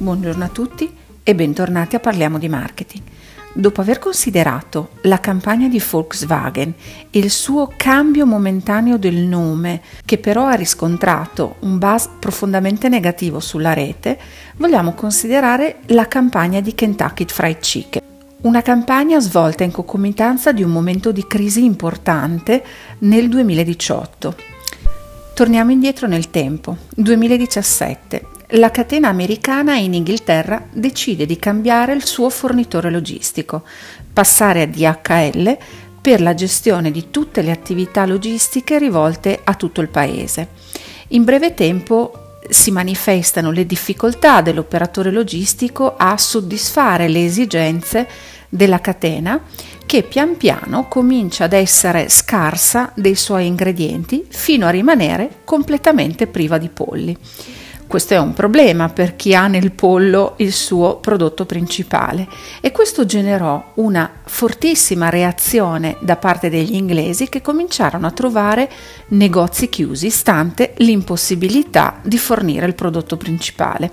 Buongiorno a tutti e bentornati a Parliamo di Marketing. Dopo aver considerato la campagna di Volkswagen e il suo cambio momentaneo del nome, che però ha riscontrato un buzz profondamente negativo sulla rete, vogliamo considerare la campagna di Kentucky Fried Chicken. Una campagna svolta in concomitanza di un momento di crisi importante nel 2018. Torniamo indietro nel tempo, 2017. La catena americana in Inghilterra decide di cambiare il suo fornitore logistico, passare a DHL per la gestione di tutte le attività logistiche rivolte a tutto il paese. In breve tempo si manifestano le difficoltà dell'operatore logistico a soddisfare le esigenze della catena, che pian piano comincia ad essere scarsa dei suoi ingredienti fino a rimanere completamente priva di polli. Questo è un problema per chi ha nel pollo il suo prodotto principale e questo generò una fortissima reazione da parte degli inglesi, che cominciarono a trovare negozi chiusi stante l'impossibilità di fornire il prodotto principale.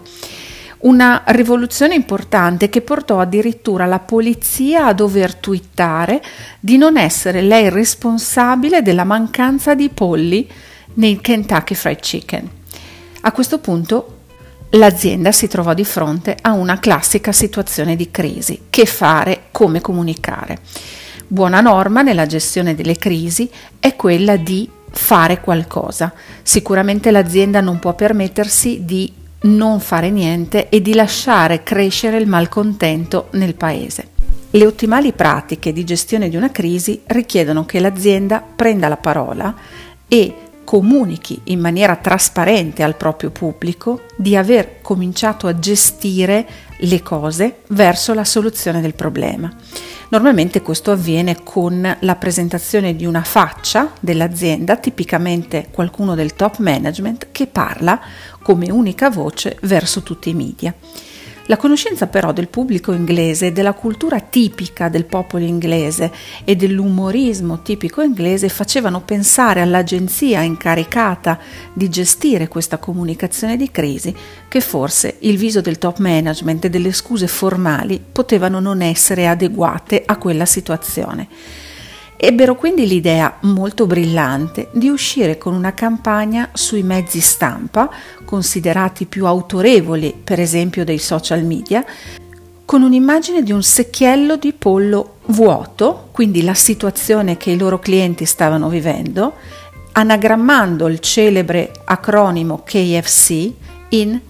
Una rivoluzione importante che portò addirittura la polizia a dover twittare di non essere lei responsabile della mancanza di polli nei Kentucky Fried Chicken. A questo punto l'azienda si trovò di fronte a una classica situazione di crisi. Che fare? Come comunicare? Buona norma nella gestione delle crisi è quella di fare qualcosa. Sicuramente l'azienda non può permettersi di non fare niente e di lasciare crescere il malcontento nel paese. Le ottimali pratiche di gestione di una crisi richiedono che l'azienda prenda la parola e comunichi in maniera trasparente al proprio pubblico di aver cominciato a gestire le cose verso la soluzione del problema. Normalmente questo avviene con la presentazione di una faccia dell'azienda, tipicamente qualcuno del top management, che parla come unica voce verso tutti i media. La conoscenza però del pubblico inglese, della cultura tipica del popolo inglese e dell'umorismo tipico inglese facevano pensare all'agenzia incaricata di gestire questa comunicazione di crisi che forse il viso del top management e delle scuse formali potevano non essere adeguate a quella situazione. Ebbero quindi l'idea molto brillante di uscire con una campagna sui mezzi stampa, considerati più autorevoli per esempio dei social media, con un'immagine di un secchiello di pollo vuoto, quindi la situazione che i loro clienti stavano vivendo, anagrammando il celebre acronimo KFC in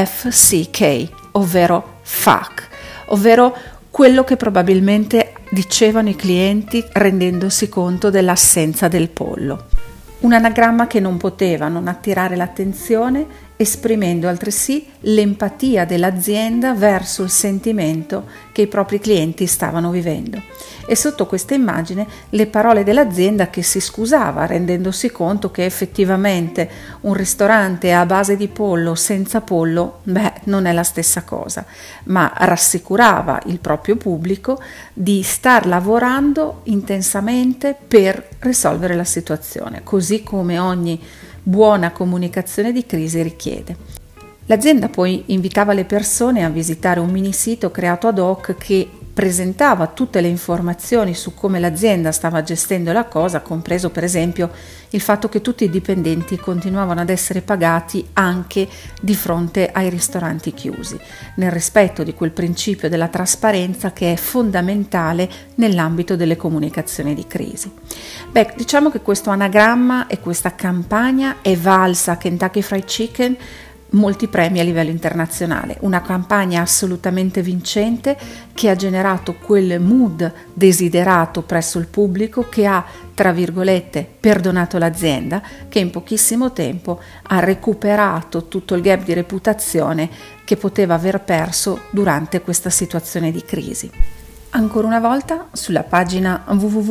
FCK, ovvero fuck, ovvero quello che probabilmente dicevano i clienti rendendosi conto dell'assenza del pollo. Un anagramma che non poteva non attirare l'attenzione, esprimendo altresì l'empatia dell'azienda verso il sentimento che i propri clienti stavano vivendo. E sotto questa immagine le parole dell'azienda che si scusava, rendendosi conto che effettivamente un ristorante a base di pollo senza pollo, non è la stessa cosa, ma rassicurava il proprio pubblico di star lavorando intensamente per risolvere la situazione, così come ogni buona comunicazione di crisi richiede. L'azienda poi invitava le persone a visitare un mini sito creato ad hoc che presentava tutte le informazioni su come l'azienda stava gestendo la cosa, compreso per esempio il fatto che tutti i dipendenti continuavano ad essere pagati anche di fronte ai ristoranti chiusi, nel rispetto di quel principio della trasparenza che è fondamentale nell'ambito delle comunicazioni di crisi. Diciamo che questo anagramma e questa campagna è valsa a Kentucky Fried Chicken molti premi a livello internazionale, una campagna assolutamente vincente che ha generato quel mood desiderato presso il pubblico che ha, tra virgolette, perdonato l'azienda, che in pochissimo tempo ha recuperato tutto il gap di reputazione che poteva aver perso durante questa situazione di crisi. Ancora una volta, sulla pagina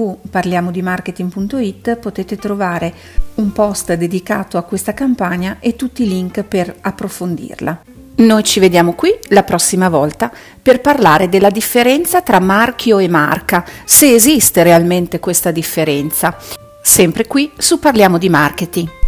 www.parliamodimarketing.it potete trovare un post dedicato a questa campagna e tutti i link per approfondirla. Noi ci vediamo qui la prossima volta per parlare della differenza tra marchio e marca, se esiste realmente questa differenza. Sempre qui su Parliamo di Marketing.